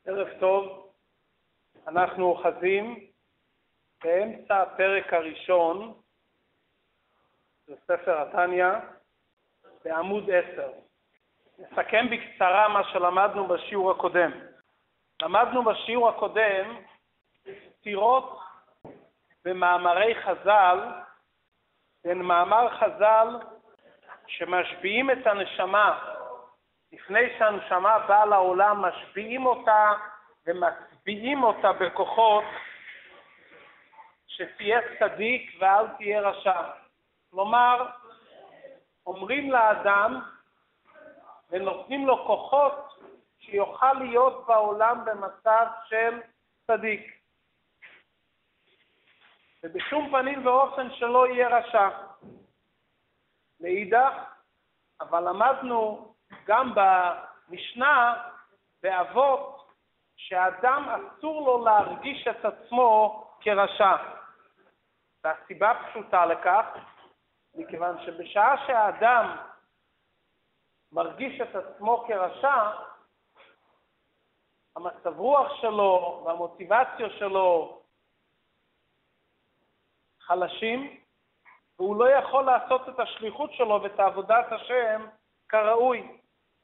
ערב טוב, אנחנו אוחזים באמצע הפרק הראשון של ספר התניא בעמוד 10. נסכם בקצרה מה שלמדנו בשיעור הקודם. למדנו בשיעור הקודם סתירות במאמרי חז"ל, בין מאמר חז"ל שמשביעים את הנשמה לפני שהנשמה באה לעולם, משביעים אותה ומצביעים אותה בכוחות שתהיה צדיק ואל תהיה רשע. כלומר, אומרים לאדם ונותנים לו כוחות שיוכל להיות בעולם במצב של צדיק. ובשום פנים ואופן שלא יהיה רשע. לאידך, אבל למדנו גם במשנה, באבות, שהאדם אסור לו להרגיש את עצמו כרשע. והסיבה פשוטה לכך, מכיוון שבשעה שהאדם מרגיש את עצמו כרשע, המצב רוח שלו והמוטיבציה שלו חלשים, והוא לא יכול לעשות את השליחות שלו ואת עבודת השם כראוי.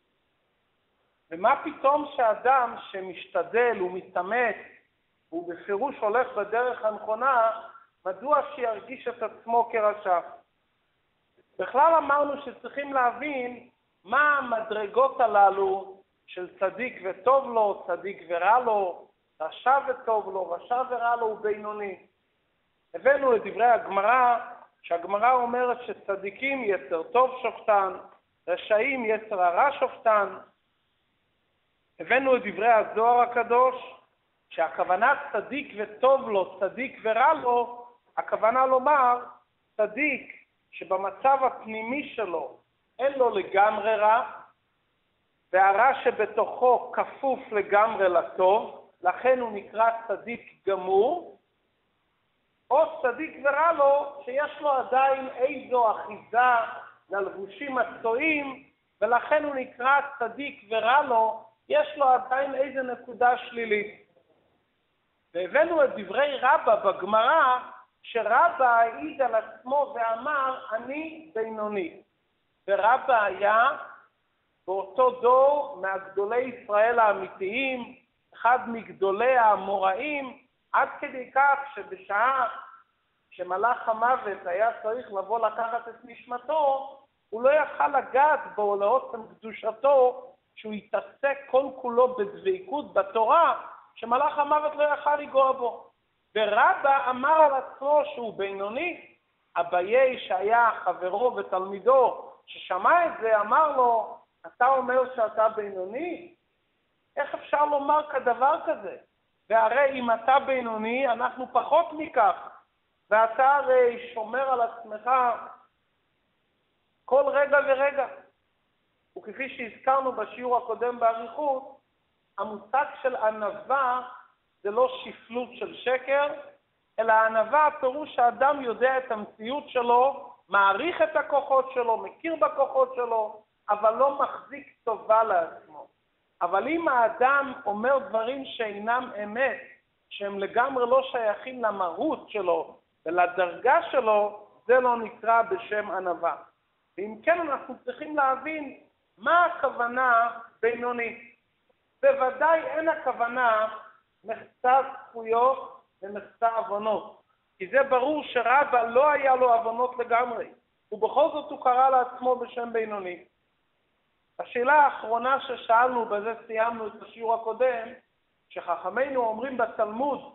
ומה פתאום שאדם שמשתדל ומתאמץ, הוא בפירוש הולך בדרך הנכונה, מדוע שירגיש את עצמו כרשע? בכלל אמרנו שצריכים להבין מה המדרגות הללו של צדיק וטוב לו, צדיק ורע לו, רשע וטוב לו, רשע ורע לו ובינוני. הבאנו את דברי הגמרא, שהגמרא אומרת שצדיקים יצר טוב שופטן, רשעים יצר הרע שופטן. הבאנו את דברי הזוהר הקדוש, שהכוונה צדיק וטוב לו, צדיק ורע לו, הכוונה לומר צדיק שבמצב הפנימי שלו אין לו לגמרי רע, והרע שבתוכו כפוף לגמרי לטוב, לכן הוא נקרא צדיק גמור, או צדיק ורע לו שיש לו עדיין איזו אחיזה ללבושים הצועים, ולכן הוא נקרא צדיק ורע לו, יש לו עדיין איזו נקודה שלילית. והבאנו את דברי רבא בגמרא, שרבא העיד על עצמו ואמר, אני בינוני. ורבא היה באותו דור מהגדולי ישראל האמיתיים, אחד מגדולי האמוראים, עד כדי כך שבשעה שמלאך המוות היה צריך לבוא לקחת את נשמתו, הוא לא יכל לגעת בו לעוצם קדושתו, שהוא יתעסק כל כולו בדבקות בתורה, שמלאך המוות לא יכל לגוע בו. ורבא אמר על עצמו שהוא בינוני. אביי שהיה חברו ותלמידו ששמע את זה, אמר לו, אתה אומר שאתה בינוני? איך אפשר לומר כדבר כזה? והרי אם אתה בינוני, אנחנו פחות מכך. ואתה הרי שומר על עצמך כל רגע ורגע. וכפי שהזכרנו בשיעור הקודם באריכות, המושג של ענווה זה לא שפלות של שקר, אלא ענווה הפירוש שהאדם יודע את המציאות שלו, מעריך את הכוחות שלו, מכיר בכוחות שלו, אבל לא מחזיק טובה לעצמו. אבל אם האדם אומר דברים שאינם אמת, שהם לגמרי לא שייכים למהות שלו ולדרגה שלו, זה לא נקרא בשם ענווה. ואם כן אנחנו צריכים להבין מה הכוונה בינוני. בוודאי אין הכוונה מחצה זכויות ומחצה עוונות. כי זה ברור שרבא לא היה לו עוונות לגמרי. ובכל זאת הוא קרא לעצמו בשם בינוני. השאלה האחרונה ששאלנו, בזה סיימנו את השיעור הקודם, שחכמינו אומרים בתלמוד,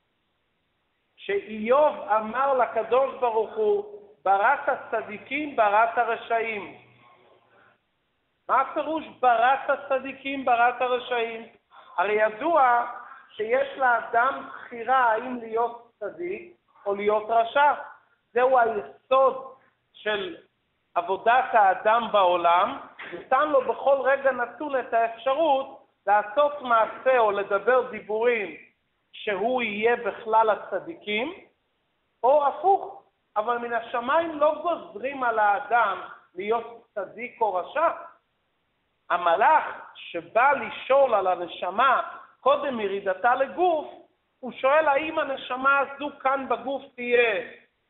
שאיוב אמר לקדוש ברוך הוא, בראת הצדיקים, בראת הרשעים. מה הפירוש בראת הצדיקים, בראת הרשעים? הרי ידוע שיש לאדם בחירה האם להיות צדיק או להיות רשע. זהו היסוד של עבודת האדם בעולם, ניתן לו בכל רגע נתון את האפשרות לעשות מעשה או לדבר דיבורים שהוא יהיה בכלל הצדיקים, או הפוך, אבל מן השמיים לא גוזרים על האדם להיות צדיק או רשע. המלאך שבא לשאול על הנשמה קודם ירידתה לגוף, הוא שואל האם הנשמה הזו כאן בגוף תהיה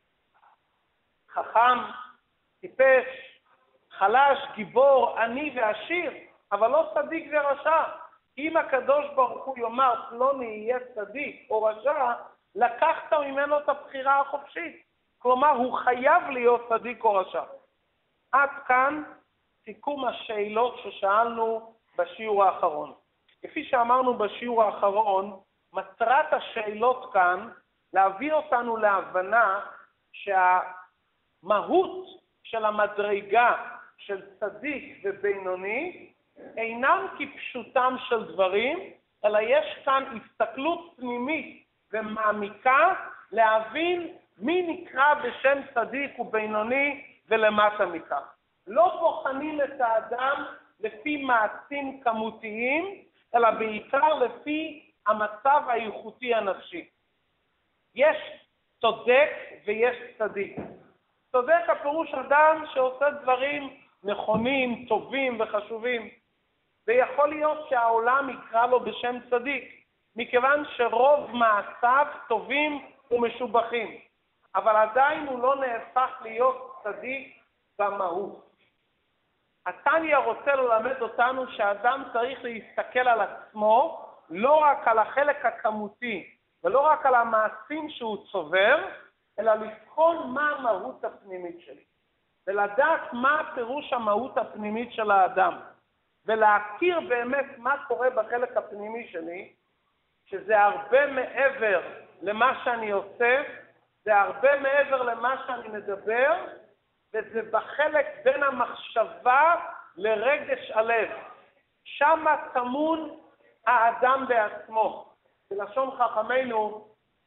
חכם, טיפש, חלש, גיבור, עני ועשיר, אבל לא צדיק ורשע. אם הקדוש ברוך הוא יאמר פלוני יהיה צדיק או רשע, לקחת ממנו את הבחירה החופשית. כלומר, הוא חייב להיות צדיק או רשע. עד כאן סיכום השאלות ששאלנו בשיעור האחרון. כפי שאמרנו בשיעור האחרון, מטרת השאלות כאן להביא אותנו להבנה שהמהות של המדרגה של צדיק ובינוני אינם כפשוטם של דברים, אלא יש כאן הסתכלות פנימית ומעמיקה להבין מי נקרא בשם צדיק ובינוני ולמטה מכך. לא בוחנים את האדם לפי מעשים כמותיים, אלא בעיקר לפי המצב האיכותי הנפשי. יש צודק ויש צדיק. צודק הפירוש אדם שעושה דברים נכונים, טובים וחשובים. ויכול להיות שהעולם יקרא לו בשם צדיק, מכיוון שרוב מעשיו טובים ומשובחים. אבל עדיין הוא לא נהפך להיות צדיק במהות. התניא רוצה ללמד אותנו שהאדם צריך להסתכל על עצמו, לא רק על החלק הכמותי, ולא רק על המעשים שהוא צובר, אלא לבחון מה המהות הפנימית שלי. ולדעת מה פירוש המהות הפנימית של האדם. ולהכיר באמת מה קורה בחלק הפנימי שלי, שזה הרבה מעבר למה שאני עושה, זה הרבה מעבר למה שאני מדבר, וזה בחלק בין המחשבה לרגש הלב. שם טמון האדם בעצמו. בלשון חכמינו,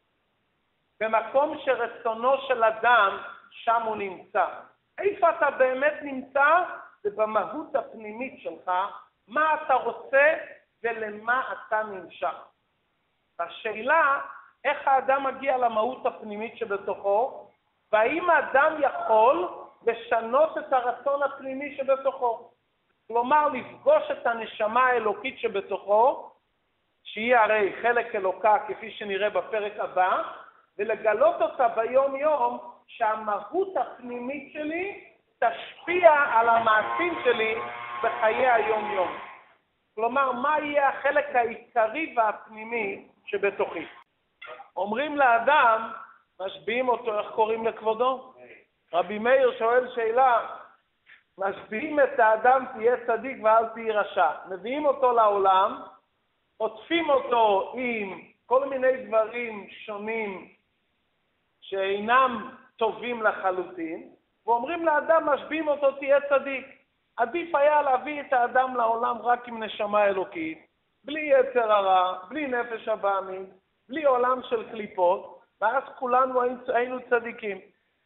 במקום שרצונו של אדם, שם הוא נמצא. איפה אתה באמת נמצא? זה במהות הפנימית שלך, מה אתה רוצה ולמה אתה נמשך. והשאלה, איך האדם מגיע למהות הפנימית שבתוכו, והאם האדם יכול לשנות את הרצון הפנימי שבתוכו. כלומר, לפגוש את הנשמה האלוקית שבתוכו, שהיא הרי חלק אלוקה כפי שנראה בפרק הבא, ולגלות אותה ביום יום שהמהות הפנימית שלי תשפיע על המעשים שלי בחיי היום יום. כלומר, מה יהיה החלק העיקרי והפנימי שבתוכי? אומרים לאדם, משביעים אותו, איך קוראים לכבודו? רבי מאיר שואל שאלה, משביעים את האדם תהיה צדיק ואל תהיה רשע. מביאים אותו לעולם, עוטפים אותו עם כל מיני דברים שונים שאינם טובים לחלוטין, ואומרים לאדם, משביעים אותו תהיה צדיק. עדיף היה להביא את האדם לעולם רק עם נשמה אלוקית, בלי יצר הרע, בלי נפש הבאמית, בלי עולם של קליפות, ואז כולנו היינו צדיקים.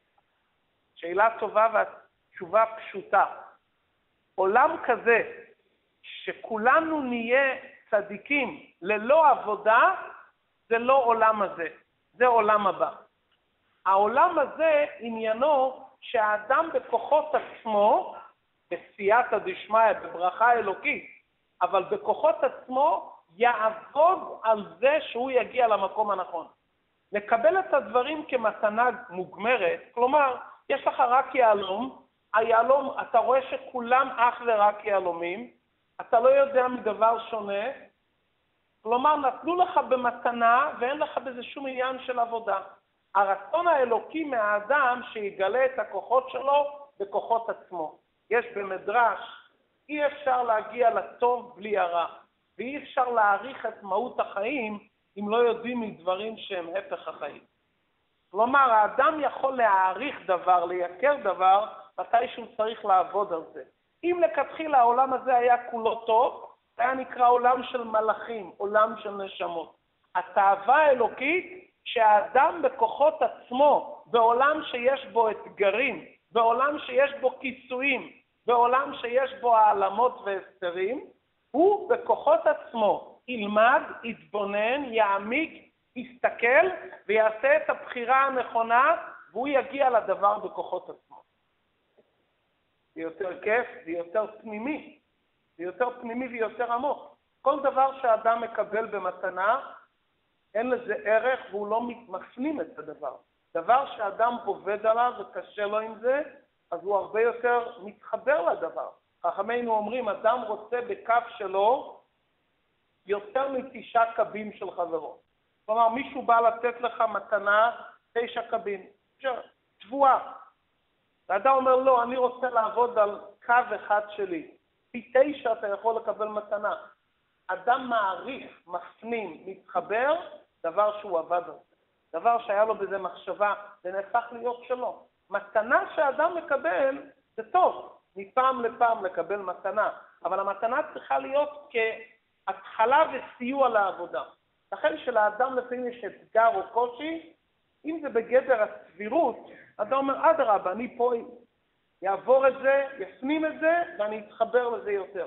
שאלה טובה והתשובה פשוטה. עולם כזה שכולנו נהיה צדיקים ללא עבודה, זה לא עולם הזה, זה עולם הבא. העולם הזה עניינו שהאדם בכוחות עצמו, בסייעתא דשמיא, בברכה אלוקית, אבל בכוחות עצמו יעבוד על זה שהוא יגיע למקום הנכון. לקבל את הדברים כמתנה מוגמרת, כלומר, יש לך רק יהלום, היהלום, אתה רואה שכולם אך ורק יהלומים, אתה לא יודע מדבר שונה, כלומר, נתנו לך במתנה ואין לך בזה שום עניין של עבודה. הרצון האלוקי מהאדם שיגלה את הכוחות שלו בכוחות עצמו. יש במדרש, אי אפשר להגיע לטוב בלי הרע, ואי אפשר להעריך את מהות החיים אם לא יודעים מדברים שהם הפך החיים. כלומר, האדם יכול להעריך דבר, לייקר דבר, מתי שהוא צריך לעבוד על זה. אם לכתחילה העולם הזה היה כולו טוב, זה היה נקרא עולם של מלאכים, עולם של נשמות. התאווה האלוקית שהאדם בכוחות עצמו, בעולם שיש בו אתגרים, בעולם שיש בו קיצויים, בעולם שיש בו העלמות והסתרים, הוא בכוחות עצמו ילמד, יתבונן, יעמיק, יסתכל ויעשה את הבחירה הנכונה, והוא יגיע לדבר בכוחות עצמו. זה יותר כיף, זה יותר פנימי, זה יותר פנימי ויותר עמוק. כל דבר שהאדם מקבל במתנה, אין לזה ערך והוא לא מפנים את הדבר. דבר שהאדם עובד עליו וקשה לו עם זה, אז הוא הרבה יותר מתחבר לדבר. חכמינו אומרים, אדם רוצה בכף שלו יותר מ9 קבים של חברו. כלומר, מישהו בא לתת לך מתנה 9 קבים, תבואה. ואדם אומר, לא, אני רוצה לעבוד על קו אחד שלי. פי 9 אתה יכול לקבל מתנה. אדם מעריך, מפנים, מתחבר, דבר שהוא עבד על זה. דבר שהיה לו בזה מחשבה, זה נהפך להיות שלו. מתנה שאדם מקבל, זה טוב, מפעם לפעם לקבל מתנה. אבל המתנה צריכה להיות כהתחלה וסיוע לעבודה. לכן שלאדם לפעמים יש אתגר או קושי, אם זה בגדר הסבירות, אתה אומר, אדרבה, אני פה יעבור את זה, יפנים את זה, ואני אתחבר לזה יותר.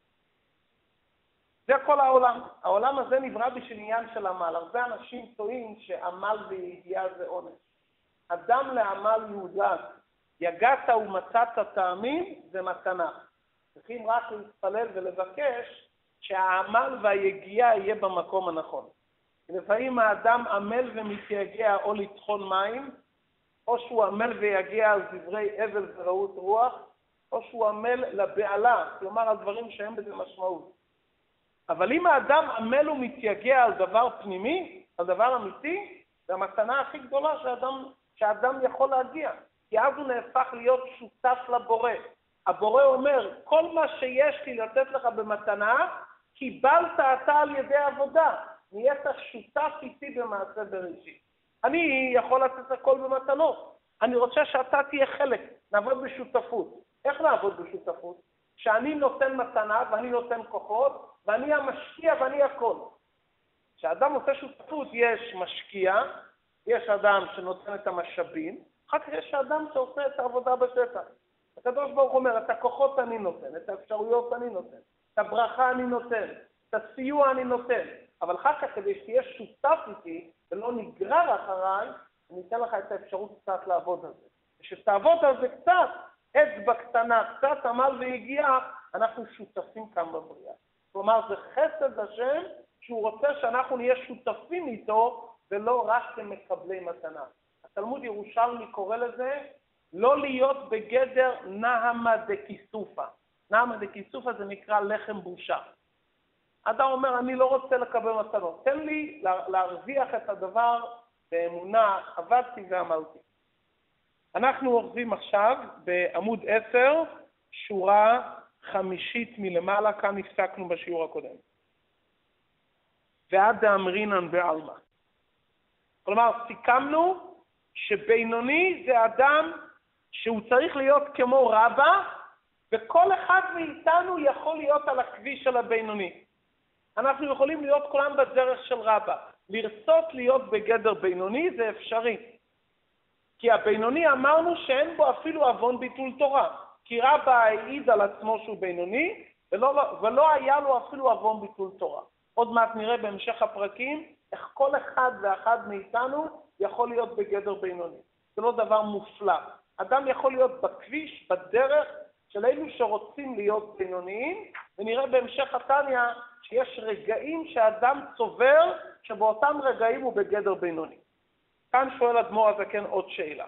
זה כל העולם. העולם הזה נברא בשביל עניין של עמל. הרבה אנשים טועים שעמל ויגיעה זה עונש. אדם לעמל יהודד. יגעת ומצאת טעמים זה מתנה. צריכים רק להתפלל ולבקש שהעמל והיגיעה יהיה במקום הנכון. לפעמים האדם עמל ומתייגע או לטחון מים, או שהוא עמל ויגיע על דברי אבל ורעות רוח, או שהוא עמל לבעלה, כלומר על דברים שהם בזה משמעות. אבל אם האדם עמל ומתייגע על דבר פנימי, על דבר אמיתי, זה המתנה הכי גדולה שהאדם יכול להגיע. כי אז הוא נהפך להיות שותף לבורא. הבורא אומר, כל מה שיש לי לתת לך במתנה, קיבלת אתה על ידי עבודה. נהיית שותף איתי במעשה בראשית. אני יכול לתת הכל במתנות. אני רוצה שאתה תהיה חלק, נעבוד בשותפות. איך נעבוד בשותפות? שאני נותן מתנה ואני נותן כוחות, ואני המשקיע ואני הכל. כשאדם עושה שותפות, יש משקיע, יש אדם שנותן את המשאבים, אחר כך יש אדם שעושה את העבודה בשטח. הקדוש ברוך אומר, את הכוחות אני נותן, את האפשרויות אני נותן, את הברכה אני נותן, את הסיוע אני נותן. אבל אחר כך כדי שתהיה שותף איתי ולא נגרר אחריי, אני אתן לך את האפשרות קצת לעבוד על זה. כשתעבוד על זה קצת, אצבע קטנה, קצת עמל והגיע, אנחנו שותפים כאן בבריאה. כלומר, זה חסד השם שהוא רוצה שאנחנו נהיה שותפים איתו ולא רק כמקבלי מתנה. התלמוד ירושלמי קורא לזה לא להיות בגדר נהמה דקיסופה. נהמה דקיסופה זה נקרא לחם בושה. אדם אומר, אני לא רוצה לקבל מתנות. תן לי להרוויח את הדבר באמונה, עבדתי ועמלתי. אנחנו עובדים עכשיו בעמוד 10, שורה 5 מלמעלה, כאן הפסקנו בשיעור הקודם. ועד דאמרינן בעלמא. כלומר, סיכמנו שבינוני זה אדם שהוא צריך להיות כמו רבא, וכל אחד מאיתנו יכול להיות על הכביש של הבינוני. אנחנו יכולים להיות כולם בדרך של רבא. לרצות להיות בגדר בינוני זה אפשרי. כי הבינוני אמרנו שאין בו אפילו אבון ביטול תורה. כי רבא העיד על עצמו שהוא בינוני, ולא היה לו אפילו אבון ביטול תורה. עוד מעט נראה בהמשך הפרקים איך כל אחד ואחד מאיתנו יכול להיות בגדר בינוני. זה לא דבר מופלא. אדם יכול להיות בכביש, בדרך של אלו שרוצים להיות בינוניים, ונראה בהמשך התניה שיש רגעים שאדם צובר, שבאותם רגעים הוא בגדר בינוני. כאן שואל אדמו"ר הזקן עוד שאלה.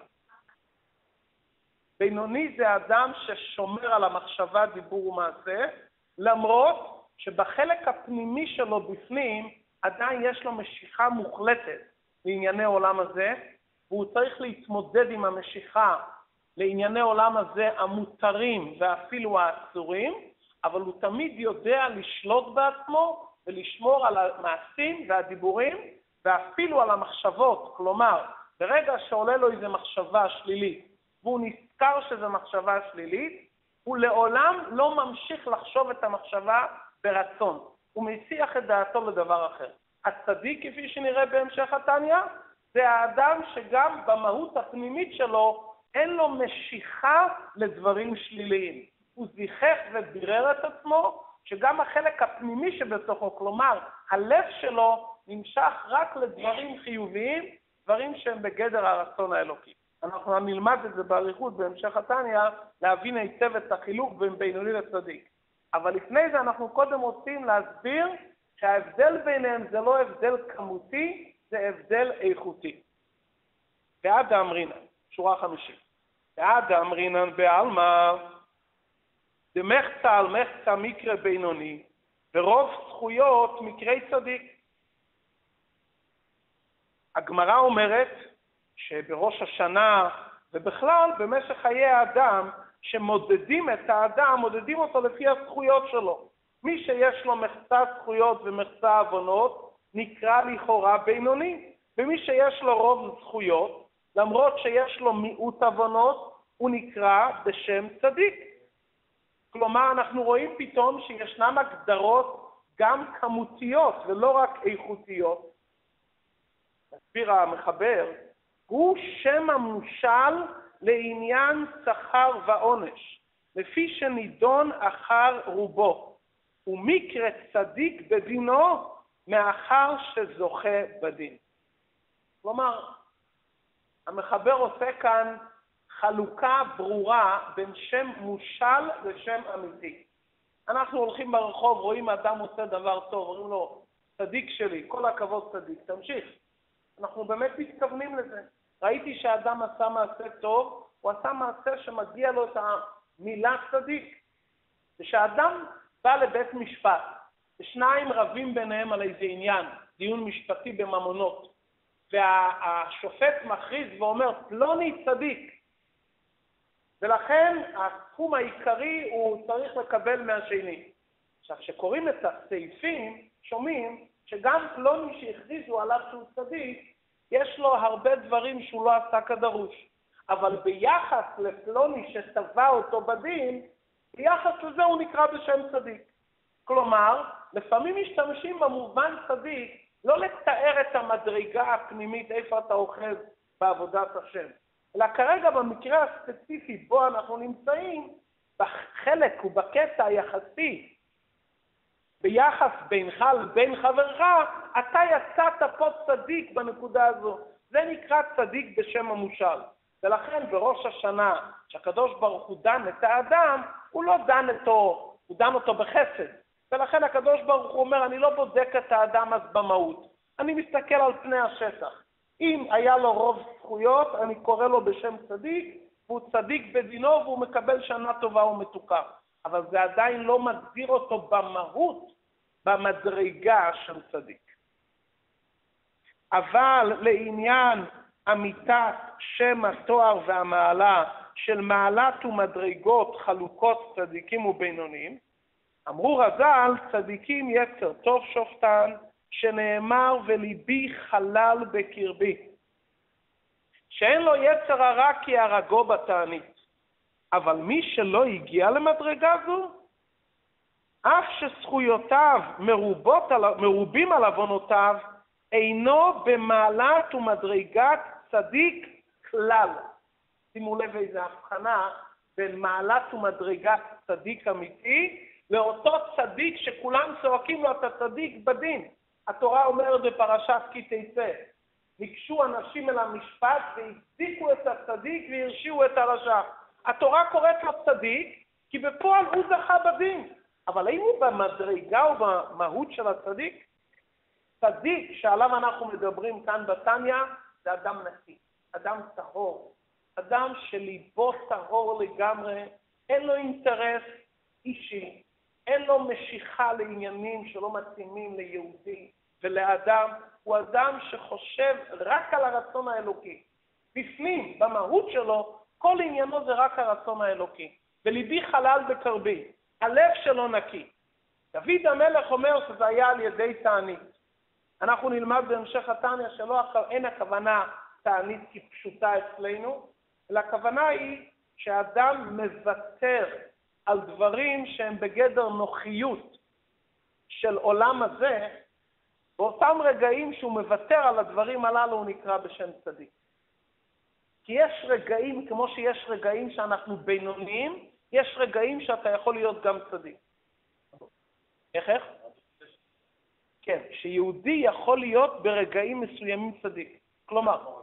בינוני זה אדם ששומר על המחשבה, דיבור ומעשה, למרות שבחלק הפנימי שלו בפנים עדיין יש לו משיכה מוחלטת לענייני עולם הזה, והוא צריך להתמודד עם המשיכה לענייני עולם הזה המותרים ואפילו האסורים, אבל הוא תמיד יודע לשלוט בעצמו ולשמור על המעשים והדיבורים ואפילו על המחשבות. כלומר, ברגע שעולה לו איזו מחשבה שלילית והוא נזכר שזו מחשבה שלילית, הוא לעולם לא ממשיך לחשוב את המחשבה ברצון. הוא מסיח את דעתו לדבר אחר. הצדיק, כפי שנראה בהמשך התניה, זה האדם שגם במהות הפנימית שלו אין לו משיכה לדברים שליליים. הוא זיכך ובירר את עצמו, שגם החלק הפנימי שבתוכו, כלומר, הלב שלו נמשך רק לדברים חיוביים, דברים שהם בגדר הרצון האלוקי. אנחנו נלמד את זה באריכות בהמשך התניה, להבין היטב את החילוק בין בינוני לצדיק. אבל לפני זה אנחנו קודם רוצים להסביר שההבדל ביניהם זה לא הבדל כמותי, זה הבדל איכותי. ועד אמרינן, שורה 50. ועד אמרינן בעלמא, דמחצה על מחצה מקרה בינוני, ורוב זכויות מקרי צדיק. הגמרא אומרת שבראש השנה ובכלל במשך חיי האדם, שמודדים את האדם, מודדים אותו לפי הזכויות שלו. מי שיש לו מחצה זכויות ומחצה עוונות, נקרא לכאורה בינוני. ומי שיש לו רוב זכויות, למרות שיש לו מיעוט עוונות, הוא נקרא בשם צדיק. כלומר, אנחנו רואים פתאום שישנם הגדרות גם כמותיות ולא רק איכותיות. מסביר המחבר, הוא שם המושל לעניין שכר ועונש, לפי שנידון אחר רובו, ומקרה צדיק בדינו מאחר שזוכה בדין. כלומר, המחבר עושה כאן חלוקה ברורה בין שם מושל לשם אמיתי. אנחנו הולכים ברחוב, רואים אדם עושה דבר טוב, אומרים לו, צדיק שלי, כל הכבוד צדיק, תמשיך. אנחנו באמת מתכוונים לזה. ראיתי שהאדם עשה מעשה טוב, הוא עשה מעשה שמגיע לו את המילה צדיק. ושהאדם בא לבית משפט, ושניים רבים ביניהם על איזה עניין, דיון משפטי בממונות, והשופט מכריז ואומר, פלוני צדיק. ולכן הסכום העיקרי הוא צריך לקבל מהשני. עכשיו, כשקוראים את הסעיפים, שומעים שגם פלוני שהכריזו עליו שהוא צדיק, יש לו הרבה דברים שהוא לא עשה כדרוש. אבל ביחס לפלוני שטבע אותו בדין, ביחס לזה הוא נקרא בשם צדיק. כלומר, לפעמים משתמשים במובן צדיק, לא לתאר את המדרגה הפנימית איפה אתה אוחז בעבודת השם. אלא כרגע במקרה הספציפי בו אנחנו נמצאים, בחלק ובקטע היחסי, ביחס בינך לבין חברך, אתה יצאת פה צדיק בנקודה הזו. זה נקרא צדיק בשם המושל. ולכן בראש השנה, שהקדוש ברוך הוא דן את האדם, הוא לא דן אותו, הוא דן אותו בחסד. ולכן הקדוש ברוך הוא אומר, אני לא בודק את האדם אז במהות. אני מסתכל על פני השטח. אם היה לו רוב זכויות, אני קורא לו בשם צדיק, והוא צדיק בדינו והוא מקבל שנה טובה ומתוקה. אבל זה עדיין לא מגדיר אותו במהות, במדרגה של צדיק. אבל לעניין אמיתת שם התואר והמעלה של מעלת ומדרגות חלוקות צדיקים ובינונים, אמרו רז"ל, צדיקים יצר טוב שופטן, שנאמר וליבי חלל בקרבי. שאין לו יצר הרע כי הרגו בתענית. אבל מי שלא הגיע למדרגה זו, אף שזכויותיו מרובים על עוונותיו, אינו במעלת ומדרגת צדיק כלל. שימו לב איזו הבחנה בין מעלת ומדרגת צדיק אמיתי, לאותו צדיק שכולם צועקים לו אתה צדיק בדין. התורה אומרת בפרשת כי תצא, ניגשו אנשים אל המשפט והצדיקו את הצדיק והרשיעו את הרשע. התורה קוראת לו צדיק כי בפועל הוא זכה בדין. אבל האם הוא במדרגה או במהות של הצדיק? צדיק שעליו אנחנו מדברים כאן בתניא זה אדם נקי, אדם טהור, אדם שליבו טהור לגמרי, אין לו אינטרס אישי, אין לו משיכה לעניינים שלא מתאימים ליהודי ולאדם, הוא אדם שחושב רק על הרצון האלוקי. בפנים, במהות שלו, כל עניינו זה רק הרצון האלוקי. וליבי חלל בקרבי, הלב שלו נקי. דוד המלך אומר שזה היה על ידי תענית. אנחנו נלמד בהמשך התניא אין הכוונה תענית כפשוטה אצלנו, אלא הכוונה היא שאדם מוותר על דברים שהם בגדר נוחיות של עולם הזה, באותם רגעים שהוא מוותר על הדברים הללו הוא נקרא בשם צדיק. כי יש רגעים, כמו שיש רגעים שאנחנו בינוניים, יש רגעים שאתה יכול להיות גם צדיק. איך? כן, שיהודי יכול להיות ברגעים מסוימים צדיק. כלומר,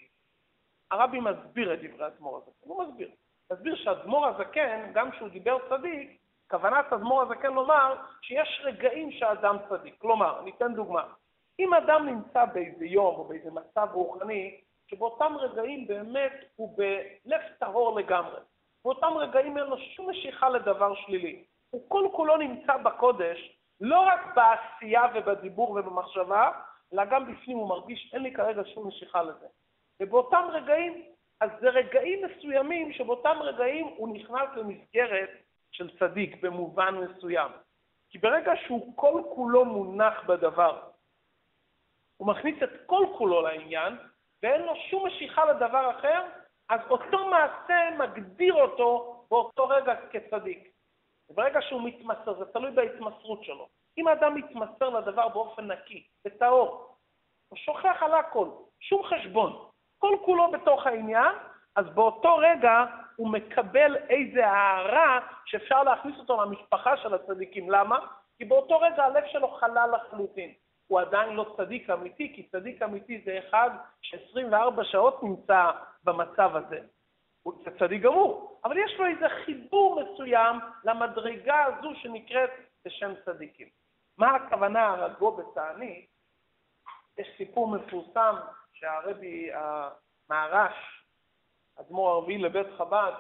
הרבי מסביר את דברי האדמו"ר הזקן, הוא מסביר שהאדמו"ר הזקן, גם כשהוא דיבר צדיק, כוונת אדמו"ר הזקן לומר שיש רגעים שהאדם צדיק. כלומר, ניתן דוגמה. אם אדם נמצא באיזה יום או באיזה מצב רוחני, שבאותם רגעים באמת הוא בלב טהור לגמרי. באותם רגעים אין לו שום משיכה לדבר שלילי. הוא כל כולו נמצא בקודש, לא רק בעשייה ובדיבור ובמחשבה, אלא גם בפנים הוא מרגיש, אין לי כרגע שום משיכה לזה. ובאותם רגעים, אז זה רגעים מסוימים שבאותם רגעים הוא נכנס למסגרת של צדיק במובן מסוים. כי ברגע שהוא כל כולו מונח בדבר, הוא מכניס את כל כולו לעניין, ואין לו שום משיכה לדבר אחר, אז אותו מעשה מגדיר אותו באותו רגע כצדיק. ברגע שהוא מתמסר, זה תלוי בהתמסרות שלו. אם האדם מתמסר לדבר באופן נקי, בטהור, הוא שוכח על הכל, שום חשבון, כל כולו בתוך העניין, אז באותו רגע הוא מקבל איזה הערה שאפשר להכניס אותו למשפחה של הצדיקים. למה? כי באותו רגע הלב שלו חלל לחלוטין. הוא עדיין לא צדיק אמיתי, כי צדיק אמיתי זה אחד ש24 שעות נמצא במצב הזה. הוא צדיק גמור, אבל יש לו איזה חיבור מסוים למדרגה הזו שנקראת בשם צדיקים. מה הכוונה הרגו בתענית? יש סיפור מפורסם שהרבי המהר"ש, אדמו"ר הרביעי לבית חב"ד,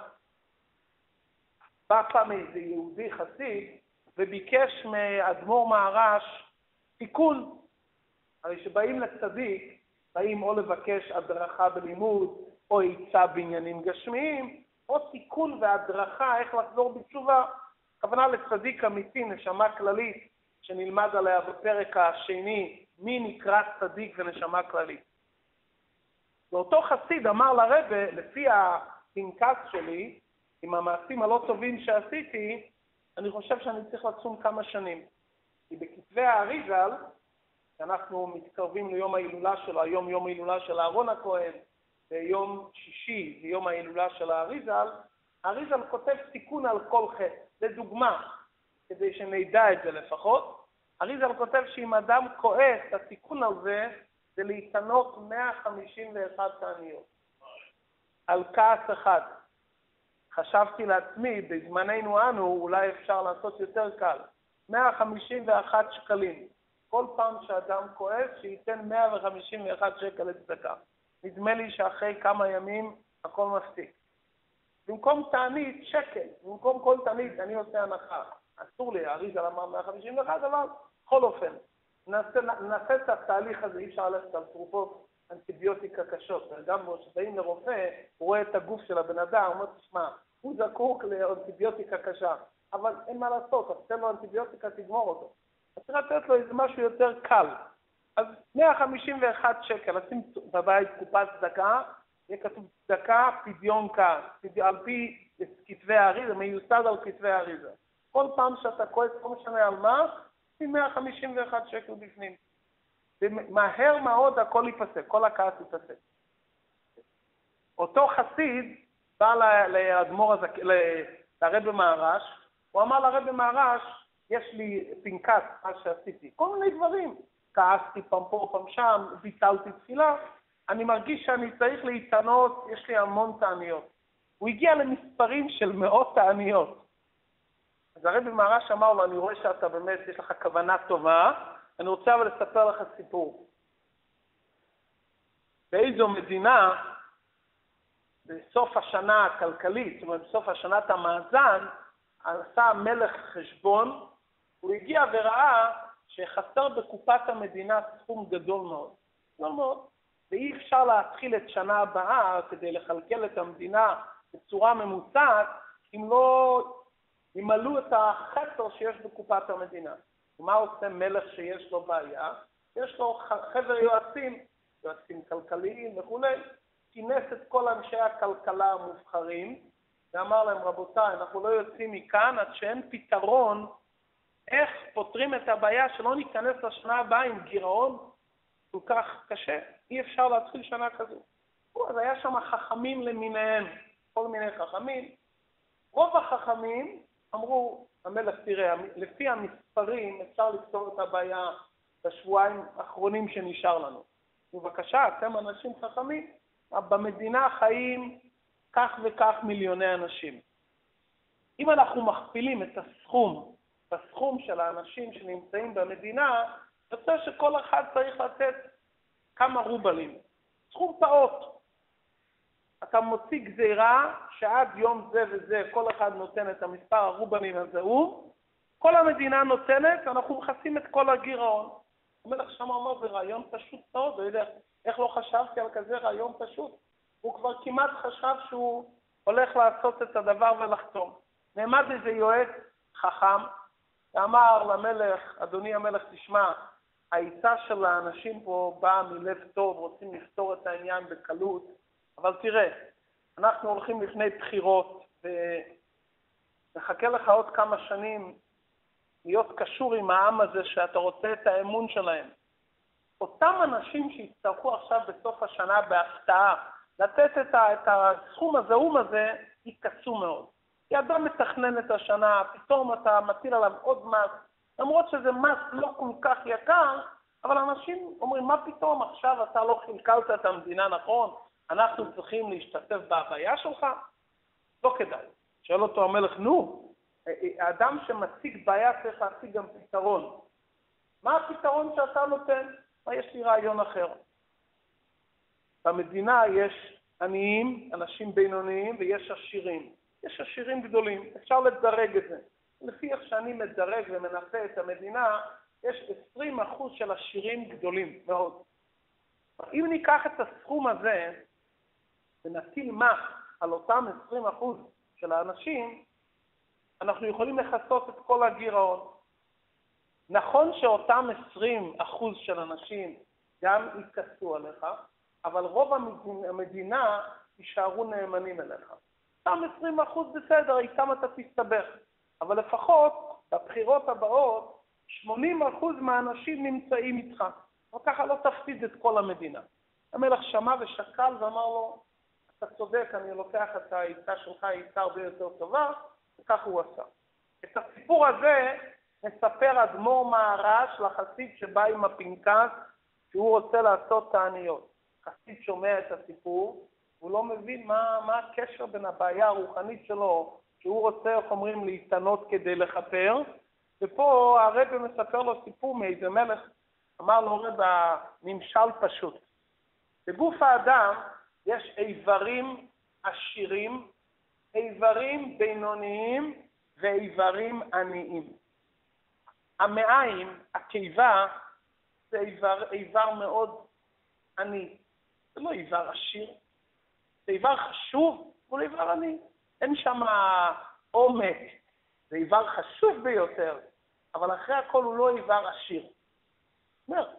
בא פעם איזה יהודי חסיד וביקש מאדמו"ר מהר"ש תיקון. הרי שבאים לצדיק, באים או לבקש הדרכה בלימוד, או עצה בעניינים גשמיים, או תיקון והדרכה איך לחזור בתשובה. הכוונה לצדיק אמיתי, נשמה כללית, שנלמד עליה בפרק השני, מי נקרא צדיק ונשמה כללית. ואותו חסיד אמר לרבי, לפי הפנקס שלי, עם המעשים הלא טובים שעשיתי, אני חושב שאני צריך לצום כמה שנים. כי בכתבי האריז"ל, שאנחנו מתקרבים ליום ההילולה שלו, היום יום ההילולה של אהרון הכהן, ביום שישי, ביום ההילולה של האריז"ל, האריז"ל כותב תיקון על כל חטא. זה דוגמה, כדי שנדע את זה לפחות. האריז"ל כותב שאם אדם כועס, התיקון על זה, זה להתענות 151 תעניות. על כעס אחד. חשבתי לעצמי, בזמננו אנו, אולי אפשר לעשות יותר קל. 151 שקלים. כל פעם שאדם כועס, שייתן 151 שקל לצדקה. נדמה לי שאחרי כמה ימים הכל מספיק. במקום תענית, שקל. במקום כל תענית, אני עושה הנחה. אסור לי, האריז"ל אמר 151, אבל בכל אופן. נעשה את התהליך הזה, אי אפשר ללכת על תרופות אנטיביוטיקה קשות. גם כשבאים לרופא, הוא רואה את הגוף של הבן אדם, הוא אומר, תשמע, הוא זקוק לאנטיביוטיקה קשה. אבל אין מה לעשות, אז תן לו אנטיביוטיקה, תגמור אותו. אז צריך לתת לו איזה משהו יותר קל. אז 151 שקל, לשים בבית קופת צדקה, יהיה כתוב צדקה, פדיון כעס, על פי כתבי האריזה, מיוסד על כתבי האריזה. כל פעם שאתה כועס, לא משנה על מה, שים 151 שקל בפנים. ומהר מאוד הכל ייפסק, כל הכעס ייפסק. אותו חסיד בא לאדמו"ר הזקן, לרבי מהר"ש, הוא אמר לרבי מהר"ש, יש לי פנקס, מה שעשיתי, כל מיני דברים. כעסתי פעם פה, פעם שם, ביטלתי תפילה, אני מרגיש שאני צריך להתענות, יש לי המון תעניות. הוא הגיע למספרים של מאות תעניות. אז הרבי מהר"ש אמר לו, אני רואה שאתה באמת, יש לך כוונה טובה, אני רוצה אבל לספר לך סיפור. באיזו מדינה, בסוף השנה הכלכלית, זאת אומרת, בסוף השנת המאזן, עשה המלך חשבון, הוא הגיע וראה שחסר בקופת המדינה סכום גדול מאוד. גדול מאוד. ואי אפשר להתחיל את שנה הבאה כדי לכלכל את המדינה בצורה ממוצעת, אם לא ימלאו את החסר שיש בקופת המדינה. ומה עושה מלך שיש לו בעיה? יש לו חבר יועצים, יועצים כלכליים וכו'. כינס את כל אנשי הכלכלה המובחרים, ואמר להם, רבותיי, אנחנו לא יוצאים מכאן עד שאין פתרון איך פותרים את הבעיה שלא ניכנס לשנה הבאה עם גירעון כל כך קשה. אי אפשר להתחיל שנה כזו. אז היה שם חכמים למיניהם, כל מיני חכמים. רוב החכמים אמרו, המלך תראה, לפי המספרים אפשר לפתור את הבעיה בשבועיים האחרונים שנשאר לנו. בבקשה, אתם אנשים חכמים, במדינה חיים כך וכך מיליוני אנשים. אם אנחנו מכפילים את הסכום של האנשים שנמצאים במדינה, יוצא שכל אחד צריך לתת כמה רובלים. סכום פעוט. אתה מוציא גזירה שעד יום זה וזה כל אחד נותן את המספר הרובלים הזה, כל המדינה נותנת, אנחנו מכסים את כל הגירעון. המלך שם אומר, זה רעיון פשוט מאוד, לא יודע איך לא חשבתי על כזה רעיון פשוט. הוא כבר כמעט חשב שהוא הולך לעשות את הדבר ולחתום. נעמד איזה יועץ חכם, ואמר למלך, אדוני המלך, תשמע, העיצה של האנשים פה באה מלב טוב, רוצים לפתור את העניין בקלות, אבל תראה, אנחנו הולכים לפני בחירות, ונחכה לך עוד כמה שנים להיות קשור עם העם הזה שאתה רוצה את האמון שלהם. אותם אנשים שיצטרכו עכשיו בסוף השנה בהפתעה, לתת את הסכום הזה, יקצו מאוד. כי אדם מתכנן את השנה, פתאום אתה מטיל עליו עוד מס, למרות שזה מס לא כל כך יקר, אבל אנשים אומרים, מה פתאום עכשיו אתה לא חלקלת את המדינה, נכון? אנחנו צריכים להשתתף בהוויה שלך? לא כדאי. שואל אותו המלך, נו, האדם שמציג בעיה צריך להציג גם פתרון. מה הפתרון שאתה נותן? יש לי רעיון אחר. במדינה יש עניים, אנשים בינוניים, ויש עשירים. יש עשירים גדולים, אפשר לדרג את זה. לפי איך שאני מדרג ומנסה את המדינה, יש 20% של עשירים גדולים מאוד. אם ניקח את הסכום הזה ונטיל מס על אותם 20% של האנשים, אנחנו יכולים לחסות את כל הגירעון. נכון שאותם 20% של אנשים גם ייכסו עליך, אבל רוב המדינה יישארו נאמנים אליך. אותם 20% בסדר, איתם אתה תסתבך. אבל לפחות בבחירות הבאות, 80% מהאנשים נמצאים איתך. וככה לא תפסיד את כל המדינה. המלך שמע ושקל ואמר לו, אתה צודק, אני לוקח את העיצה שלך, העיצה הרבה יותר טובה, וכך הוא עשה. את הסיפור הזה מספר אדמו"ר מהר"ש לחסיד שבא עם הפנקס, שהוא רוצה לעשות תעניות. חסיד שומע את הסיפור, הוא לא מבין מה הקשר בין הבעיה הרוחנית שלו, שהוא רוצה, איך אומרים, להתענות כדי לחפר, ופה הרב מספר לו סיפור מאיזה מלך, אמר לו רב, נמשל פשוט. בגוף האדם יש איברים עשירים, איברים בינוניים ואיברים עניים. המעיים, הקיבה, זה איבר מאוד עני. זה לא איבר עשיר, זה איבר חשוב, אבל איבר עני. אין שם עומק, זה איבר חשוב ביותר, אבל אחרי הכל הוא לא איבר עשיר. זאת אומרת,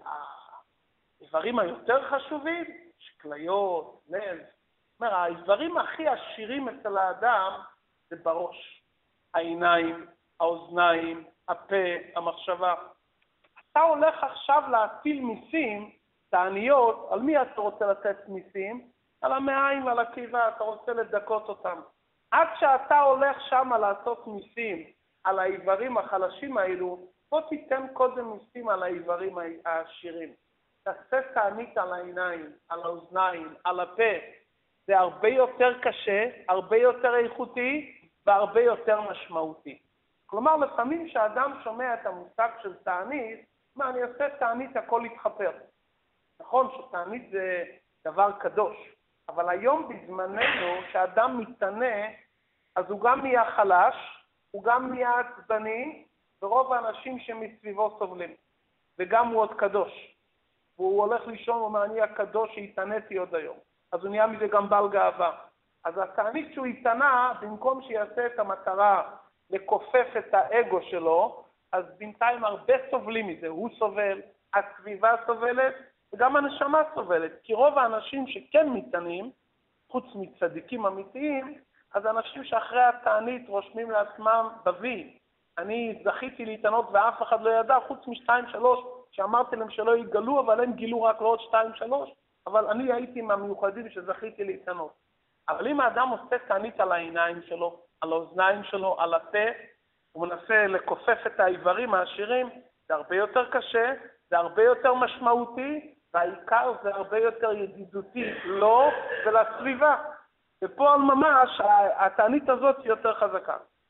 האיברים היותר חשובים, שכליות, לב, זאת אומרת, האיברים הכי עשירים אצל האדם זה בראש. העיניים, האוזניים, הפה, המחשבה. אתה הולך עכשיו להטיל מיסים, תעניות, על מי אתה רוצה לתת מיסים? על המעיים ועל הקיבה, אתה רוצה לדקות אותם. עד שאתה הולך שם לעשות מיסים על האיברים החלשים האלו, בוא תיתן קודם מיסים על האיברים העשירים. תעשה תענית על העיניים, על האוזניים, על הפה. זה הרבה יותר קשה, הרבה יותר איכותי והרבה יותר משמעותי. כלומר, לפעמים שהאדם שומע את המושג של תענית, מה, אני עושה תענית, הכל יתחפר. נכון שתענית זה דבר קדוש, אבל היום בזמננו, כשאדם מתענה, אז הוא גם נהיה חלש, הוא גם נהיה עצבני, ורוב האנשים שמסביבו סובלים. וגם הוא עוד קדוש. והוא הולך לישון, הוא אומר, אני הקדוש שהתעניתי עוד היום. אז הוא נהיה מזה גם בעל גאווה. אז התענית שהוא התענה, במקום שיעשה את המטרה לכופף את האגו שלו, אז בינתיים הרבה סובלים מזה. הוא סובל, הסביבה סובלת, וגם הנשמה סובלת. כי רוב האנשים שכן מתענים, חוץ מצדיקים אמיתיים, אז אנשים שאחרי התענית רושמים לעצמם בוי. אני זכיתי להתענות ואף אחד לא ידע, חוץ מ2-3, שאמרתי להם שלא יגלו, אבל הם גילו רק לעוד 2-3, אבל אני הייתי מהמיוחדים שזכיתי להתענות. אבל אם האדם עושה תענית על העיניים שלו, על האוזניים שלו, על הפה, הוא מנסה לכופף את האיברים העשירים, זה הרבה יותר קשה, זה הרבה יותר משמעותי, והעיקר זה הרבה יותר ידידותי לו ולסביבה. ופה ממש התענית הזאת היא יותר חזקה.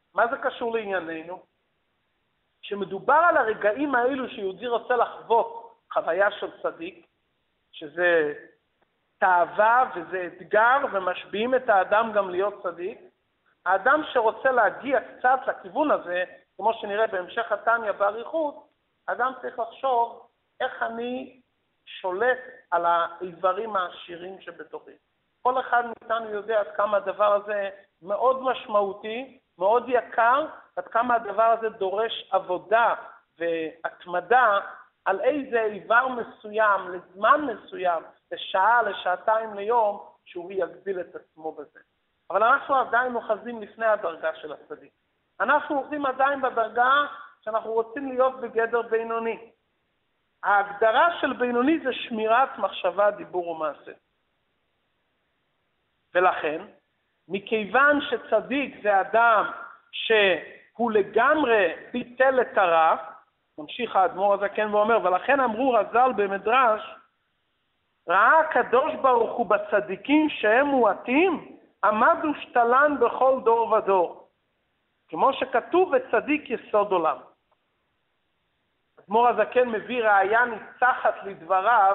מה זה קשור לענייננו? כשמדובר על הרגעים האלו שיהודי רוצה לחוות חוויה של צדיק, שזה תאווה וזה אתגר ומשביעים את האדם גם להיות צדיק, האדם שרוצה להגיע קצת לכיוון הזה, כמו שנראה בהמשך התניא באריכות, האדם צריך לחשוב איך אני שולט על האיברים העשירים שבתוכי. כל אחד מאיתנו יודע עד כמה הדבר הזה מאוד משמעותי, מאוד יקר, עד כמה הדבר הזה דורש עבודה והתמדה על איזה איבר מסוים, לזמן מסוים, לשעה, לשעתיים ליום, שהוא יגדיל את עצמו בזה. אבל אנחנו עדיין אוחזים לפני הדרגה של הצדיק. אנחנו אוחזים עדיין בדרגה שאנחנו רוצים להיות בגדר בינוני. ההגדרה של בינוני זה שמירת מחשבה, דיבור ומעשה. ולכן, מכיוון שצדיק זה אדם שהוא לגמרי ביטל את הרע, ממשיך האדמו"ר הזקן ואומר, ולכן אמרו חז"ל במדרש, ראה הקדוש ברוך הוא בצדיקים שהם מועטים, עמד ושתלן בכל דור ודור. כמו שכתוב בצדיק יסוד עולם. האדמו"ר הזקן מביא ראיה ניצחת לדבריו,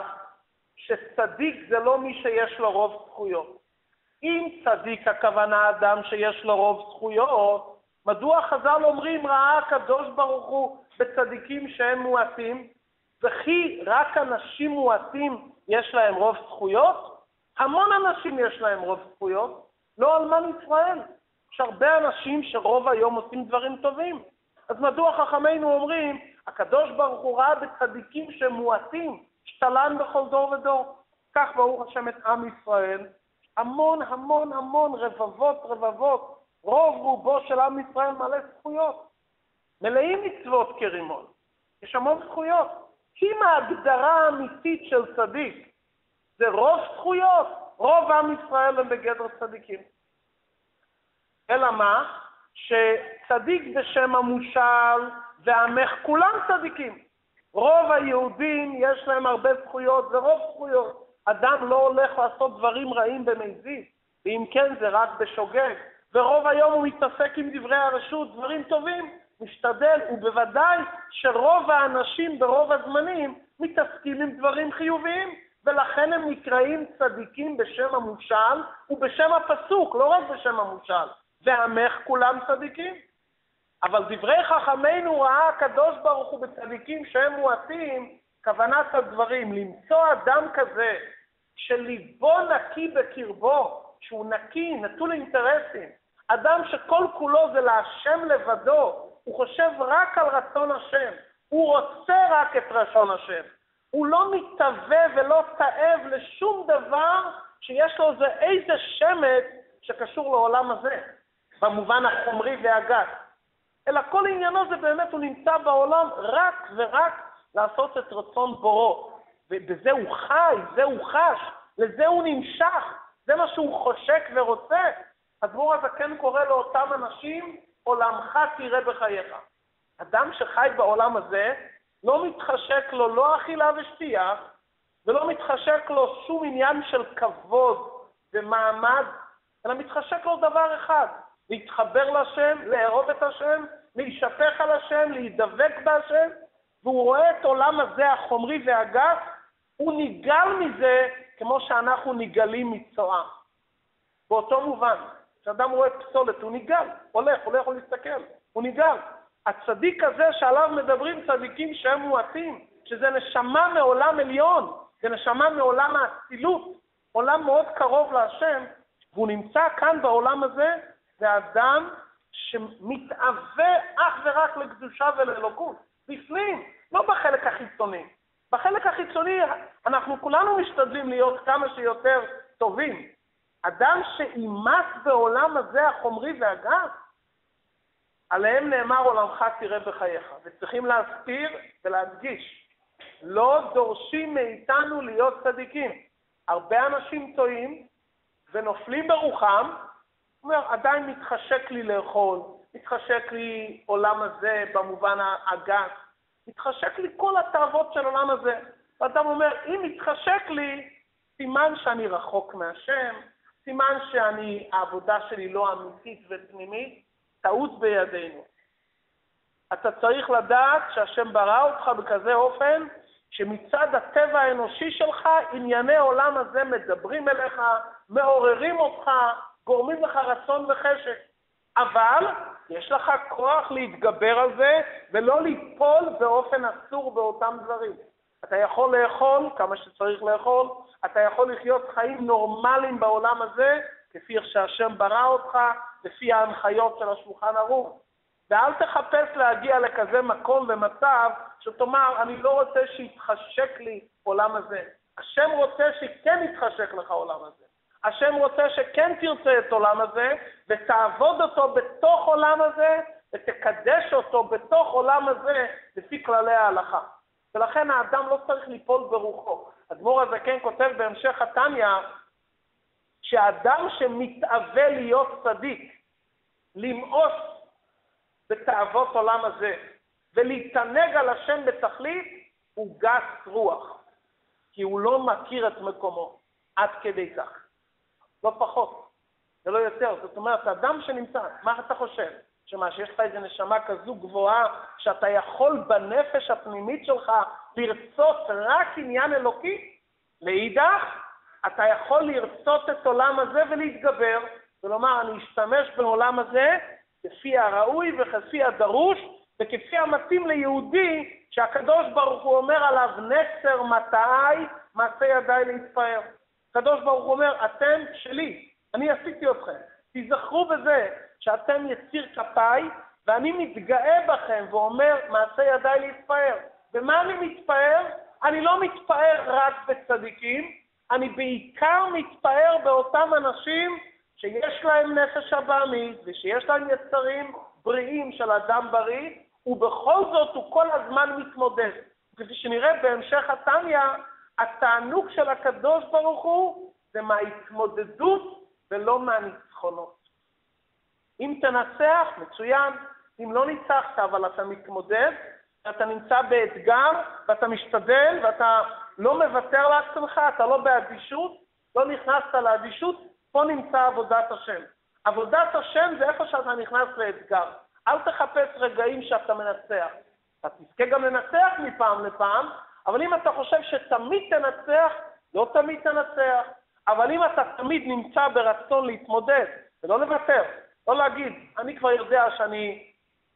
שצדיק זה לא מי שיש לו רוב זכויות. אם צדיק הכוונה אדם שיש לו רוב זכויות, מדוע חז"ל אומרים ראה הקדוש ברוך הוא בצדיקים שהם מועטים, וכי רק אנשים מועטים יש להם רוב זכויות? המון אנשים יש להם רוב זכויות, לא אלמן ישראל. יש הרבה אנשים שרוב היום עושים דברים טובים. אז מדוע חכמינו אומרים, הקדוש ברוך הוא ראה בצדיקים שמועטים, שתלן בכל דור ודור. כך ברוך השם את עם ישראל, המון המון המון רבבות, רוב רובו של עם ישראל מלא זכויות. מלאים מצוות כרימון. יש המון זכויות. אם ההגדרה האמיתית של צדיק זה רוב זכויות, רוב עם ישראל הם בגדר צדיקים. אלא מה? שצדיק בשם המושל ועמך כולם צדיקים. רוב היהודים יש להם הרבה זכויות, זה רוב זכויות. אדם לא הולך לעשות דברים רעים במזיד, ואם כן זה רק בשוגג. ורוב היום הוא מתעסק עם דברי הרשות, דברים טובים, משתדל, ובוודאי שרוב האנשים ברוב הזמנים מתעסקים עם דברים חיוביים, ולכן הם נקראים צדיקים בשם המושל ובשם הפסוק, לא רק בשם המושל. ועמך כולם צדיקים. אבל דברי חכמינו ראה הקדוש ברוך הוא בצדיקים שהם מועטים, כוונת הדברים, למצוא אדם כזה שליבו נקי בקרבו, שהוא נקי, נטול אינטרסים, אדם שכל כולו זה להשם לבדו, הוא חושב רק על רצון השם, הוא רוצה רק את רצון השם, הוא לא מתאווה ולא תאב לשום דבר שיש לו איזה שמץ שקשור לעולם הזה, במובן החומרי והגס. אלא כל עניינו זה באמת הוא נמצא בעולם רק ורק לעשות את רצון בורו. ובזה הוא חי, זה הוא חש, לזה הוא נמשך, זה מה שהוא חושק ורוצה. האדמו"ר הזקן קורא לאותם אנשים, עולמך תראה בחייך. אדם שחי בעולם הזה, לא מתחשק לו לא אכילה ושתייה, ולא מתחשק לו שום עניין של כבוד ומעמד, אלא מתחשק לו דבר אחד, להתחבר לשם, לערוב את השם, להישפך על השם, להידבק בהשם, והוא רואה את עולם הזה החומרי והגס, הוא ניגל מזה כמו שאנחנו ניגלים מצואה. באותו מובן, כשאדם רואה פסולת, הוא ניגל, הולך להסתכל, הוא ניגל. הצדיק הזה שעליו מדברים צדיקים שהם מועטים, שזה נשמה מעולם עליון, זה נשמה מעולם האצילות, עולם מאוד קרוב להשם, והוא נמצא כאן בעולם הזה, זה אדם שמתאווה אך ורק לקדושה ולאלוקות, בפנים, לא בחלק החיצוני. בחלק החיצוני אנחנו כולנו משתדלים להיות כמה שיותר טובים. אדם שאימץ בעולם הזה החומרי והגס, עליהם נאמר עולמך תראה בחייך. וצריכים להסביר ולהדגיש, לא דורשים מאיתנו להיות צדיקים. הרבה אנשים טועים ונופלים ברוחם, אומר, עדיין מתחשק לי לאכול, מתחשק לי עולם הזה במובן הגס, מתחשק לי כל התאוות של עולם הזה. ואדם אומר, אם מתחשק לי, סימן שאני רחוק מהשם, סימן העבודה שלי לא אמיתית ופנימית, טעות בידינו. אתה צריך לדעת שהשם ברא אותך בכזה אופן, שמצד הטבע האנושי שלך, ענייני עולם הזה מדברים אליך, מעוררים אותך, גורמים לך רצון וחשק. אבל יש לך כוח להתגבר על זה, ולא ליפול באופן אסור באותם דברים. אתה יכול לאכול כמה שצריך לאכול, אתה יכול לחיות חיים נורמליים בעולם הזה, כפי שהשם ברא אותך, לפי ההנחיות של השולחן ערוך. ואל תחפש להגיע לכזה מקום ומצב שתאמר, אני לא רוצה שיתחשק לי עולם הזה. השם רוצה שכן יתחשק לך עולם הזה. השם רוצה שכן תרצה את עולם הזה, ותעבוד אותו בתוך עולם הזה, ותקדש אותו בתוך עולם הזה, לפי כללי ההלכה. ולכן האדם לא צריך ליפול ברוחו. אדמו"ר הזקן כותב בהמשך התניא, שהאדם שמתאווה להיות צדיק, למאוס בתאוות עולם הזה, ולהתענג על השם בתכלית, הוא גס רוח. כי הוא לא מכיר את מקומו, עד כדי כך. לא פחות, ולא יותר. זאת אומרת, האדם שנמצא, מה אתה חושב? שיש לך איזו נשמה כזו גבוהה, שאתה יכול בנפש הפנימית שלך לרצות רק עניין אלוקי? לאידך, אתה יכול לרצות את עולם הזה ולהתגבר, ולומר, אני אשתמש בעולם הזה כפי הראוי וכפי הדרוש, וכפי המתאים ליהודי, שהקדוש ברוך הוא אומר עליו, נצר מטעי, מעשה ידיי להתפאר. הקדוש ברוך הוא אומר, אתם שלי, אני עשיתי אתכם. תזכרו בזה שאתם יציר כפיי, ואני מתגאה בכם ואומר, מעשה ידיי להתפאר. במה אני מתפאר? אני לא מתפאר רק בצדיקים, אני בעיקר מתפאר באותם אנשים שיש להם נפש הבאמית, ושיש להם יצרים בריאים של אדם בריא, ובכל זאת הוא כל הזמן מתמודד. כפי שנראה בהמשך התניא, התענוג של הקדוש ברוך הוא זה מההתמודדות ולא מהניצחונות. אם תנצח, מצוין. אם לא ניצחת, אבל אתה מתמודד, אתה נמצא באתגר, ואתה משתדל, ואתה לא מוותר לעצמך, אתה לא באדישות, לא נכנסת לאדישות, פה נמצא עבודת השם. עבודת השם זה איפה שאתה נכנס לאתגר. אל תחפש רגעים שאתה מנצח. אתה תזכה גם לנצח מפעם לפעם, אבל אם אתה חושב שתמיד תנצח, לא תמיד תנצח. אבל אם אתה תמיד נמצא ברצון להתמודד, ולא לוותר, לא להגיד, אני כבר יודע שאני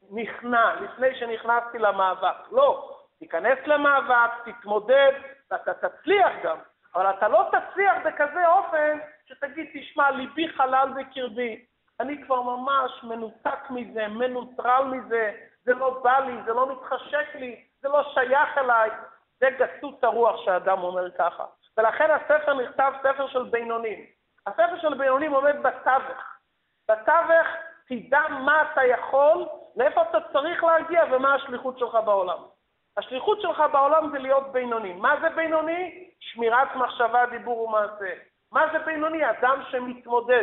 נכנע לפני שנכנסתי למאבק. לא, תיכנס למאבק, תתמודד, ואתה תצליח גם. אבל אתה לא תצליח בכזה אופן שתגיד, תשמע, ליבי חלל בקרבי. אני כבר ממש מנותק מזה, מנוטרל מזה, זה לא בא לי, זה לא מתחשק לי, זה לא שייך אליי. זה גסות הרוח שהאדם אומר ככה. ולכן הספר נכתב ספר של בינונים. הספר של בינונים עומד בתווך. בתווך תדע מה אתה יכול, לאיפה אתה צריך להגיע ומה השליחות שלך בעולם. השליחות שלך בעולם זה להיות בינוני. מה זה בינוני? שמירת מחשבה, דיבור ומעשה. מה זה בינוני? אדם שמתמודד.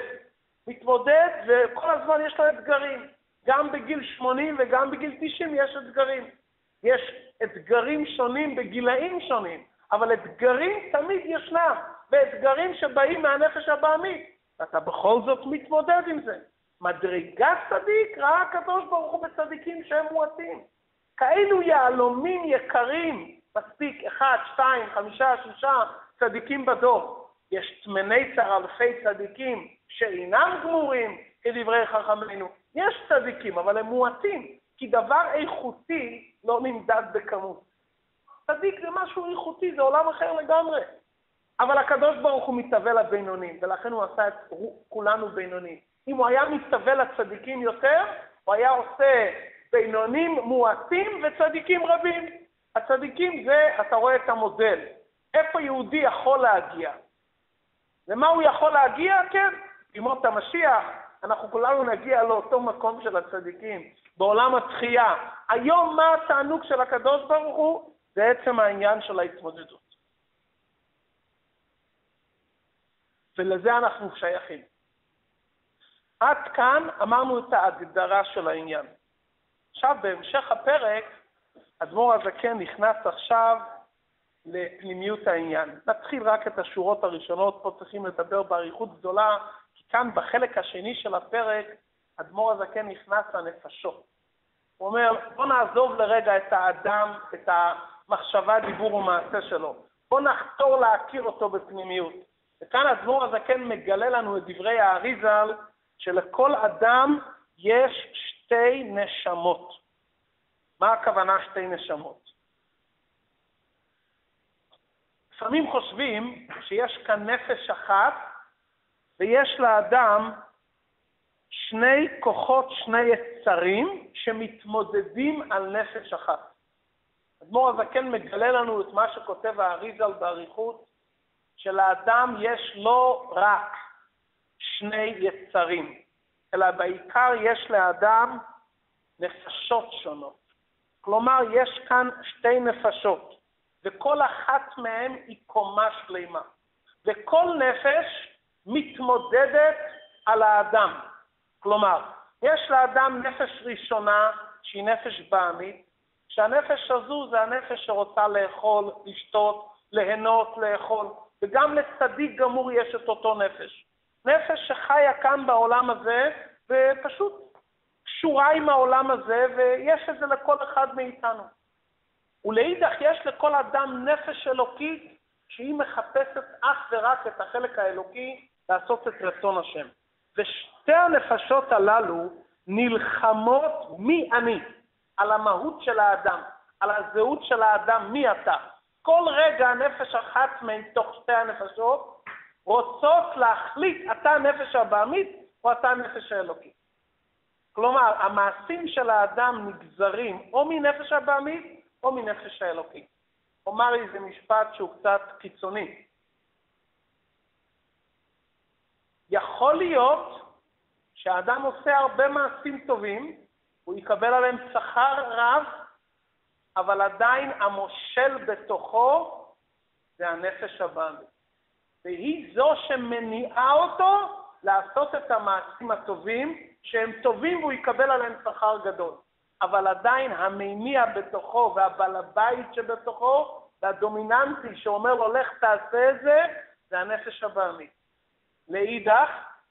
מתמודד וכל הזמן יש לו אתגרים. גם בגיל 80 וגם בגיל 90 יש אתגרים. יש אתגרים שונים בגילאים שונים, אבל אתגרים תמיד ישנם, ואתגרים שבאים מהנפש הבאמית. אתה בכל זאת מתמודד עם זה. מדרגת צדיק ראה הקדוש ברוך הוא בצדיקים שהם מועטים. כאלו יהלומים יקרים, מספיק 1, 2, 5, 6 צדיקים בדור. יש תמני צר אלפי צדיקים שאינם גמורים כדברי חכמינו. יש צדיקים, אבל הם מועטים, כי דבר איכותי לא נמדד בכמות. צדיק זה משהו איכותי, זה עולם אחר לגמרי. אבל הקדוש ברוך הוא מתאווה לבינונים, ולכן הוא עשה את כולנו בינונים. אם הוא היה מתאווה לצדיקים יותר, הוא היה עושה בינונים מועטים וצדיקים רבים. הצדיקים זה, אתה רואה את המודל. איפה יהודי יכול להגיע? למה הוא יכול להגיע? כן, בימות המשיח, אנחנו כולנו נגיע לאותו מקום של הצדיקים, בעולם התחייה. היום מה התענוג של הקדוש ברוך הוא? זה עצם העניין של ההתמודדות. ולזה אנחנו שייכים. עד כאן אמרנו את ההגדרה של העניין. עכשיו בהמשך הפרק, אדמו"ר הזקן נכנס עכשיו לפנימיות העניין. נתחיל רק את השורות הראשונות, פה צריכים לדבר באריכות גדולה, כי כאן בחלק השני של הפרק אדמו"ר הזקן נכנס לנפשות. הוא אומר, בוא נעזוב לרגע את האדם, את המחשבה, דיבור ומעשה שלו. בוא נחתור להכיר אותו בפנימיות. וכאן אדמו"ר הזקן מגלה לנו את דברי האריז"ל, שלכל אדם יש שתי נשמות. מה הכוונה שתי נשמות? לפעמים חושבים שיש כאן נפש אחת, ויש לאדם שני כוחות, שני יצרים, שמתמודדים על נפש אחת. אדמו"ר הזקן מגלה לנו את מה שכותב האריז"ל באריכות, שלאדם יש לא רק שני יצרים, אלא בעיקר יש לאדם נפשות שונות. כלומר, יש כאן שתי נפשות, וכל אחת מהן היא קומה שלמה. וכל נפש מתמודדת על האדם. כלומר, יש לאדם נפש ראשונה, שהיא נפש בהמית, שהנפש הזו זה הנפש שרוצה לאכול, לשתות, ליהנות, לאכול, וגם לצדיק גמור יש את אותו נפש. נפש שחיה כאן בעולם הזה, ופשוט קשורה עם העולם הזה, ויש את זה לכל אחד מאיתנו. ולאידך יש לכל אדם נפש אלוקית, שהיא מחפשת אך ורק את החלק האלוקי, לעשות את רצון השם. ושתי הנפשות הללו נלחמות מי אני, על המהות של האדם, על הזהות של האדם, מי אתה. כל רגע נפש אחת מתוך שתי הנפשות רוצות להחליט אתה הנפש הבהמית או אתה הנפש האלוקי. כלומר, המעשים של האדם נגזרים או מנפש הבהמית או מנפש האלוקי. אומר איזה משפט שהוא קצת קיצוני. יכול להיות שהאדם עושה הרבה מעשים טובים, הוא יקבל עליהם שכר רב, אבל עדיין המושל בתוכו זה הנפש הבהמית. והיא זו שמניעה אותו לעשות את המעשים הטובים, שהם טובים והוא יקבל עליהם שכר גדול. אבל עדיין המניע בתוכו והבעל הבית שבתוכו, והדומיננטי שאומר לו לך תעשה את זה, זה הנפש הבהמית. לאידך,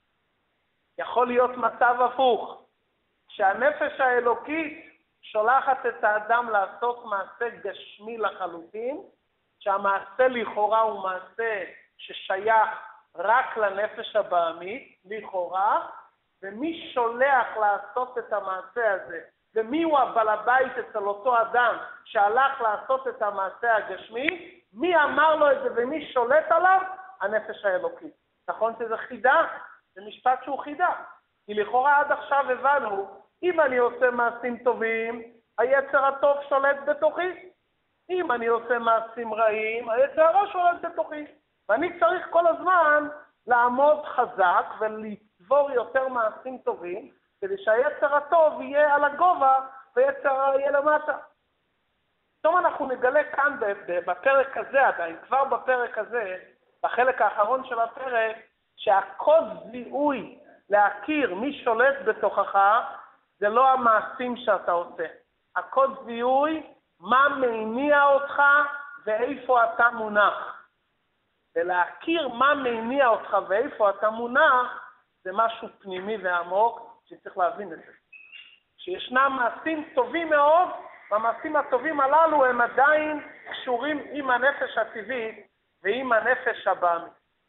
יכול להיות מצב הפוך, שהנפש האלוקית שולחת את האדם לעשות מעשה גשמי לחלוטין, שהמעשה לכאורה הוא מעשה ששייך רק לנפש הבהמית, לכאורה, ומי שולח לעשות את המעשה הזה, ומי הוא הבעל הבית אצל אותו אדם שהלך לעשות את המעשה הגשמי, מי אמר לו את זה ומי שולט עליו? הנפש האלוקית. נכון שזה חידה? זה משפט שהוא חידה. כי לכאורה עד עכשיו הבנו, אם אני עושה מעשים טובים, היצר הטוב שולט בתוכי. אם אני עושה מעשים רעים, היצר הרע שולט בתוכי. ואני צריך כל הזמן לעמוד חזק ולצבור יותר מעשים טובים, כדי שהיצר הטוב יהיה על הגובה ויצר הרע יהיה למטה. פתאום אנחנו נגלה כאן בפרק הזה עדיין, כבר בפרק הזה, בחלק האחרון של הפרק, שהקוד זיהוי להכיר מי שולט בתוכך, זה לא המעשים שאתה עושה. הקוד זיהוי, מה מניע אותך ואיפה אתה מונח. ולהכיר מה מניע אותך ואיפה אתה מונח, זה משהו פנימי ועמוק שצריך להבין את זה. שישנם מעשים טובים מאוד, והמעשים הטובים הללו הם עדיין קשורים עם הנפש הטבעית ועם הנפש הבהמית.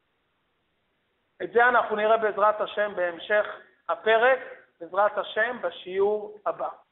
את זה אנחנו נראה בעזרת השם בהמשך הפרק, בעזרת השם בשיעור הבא.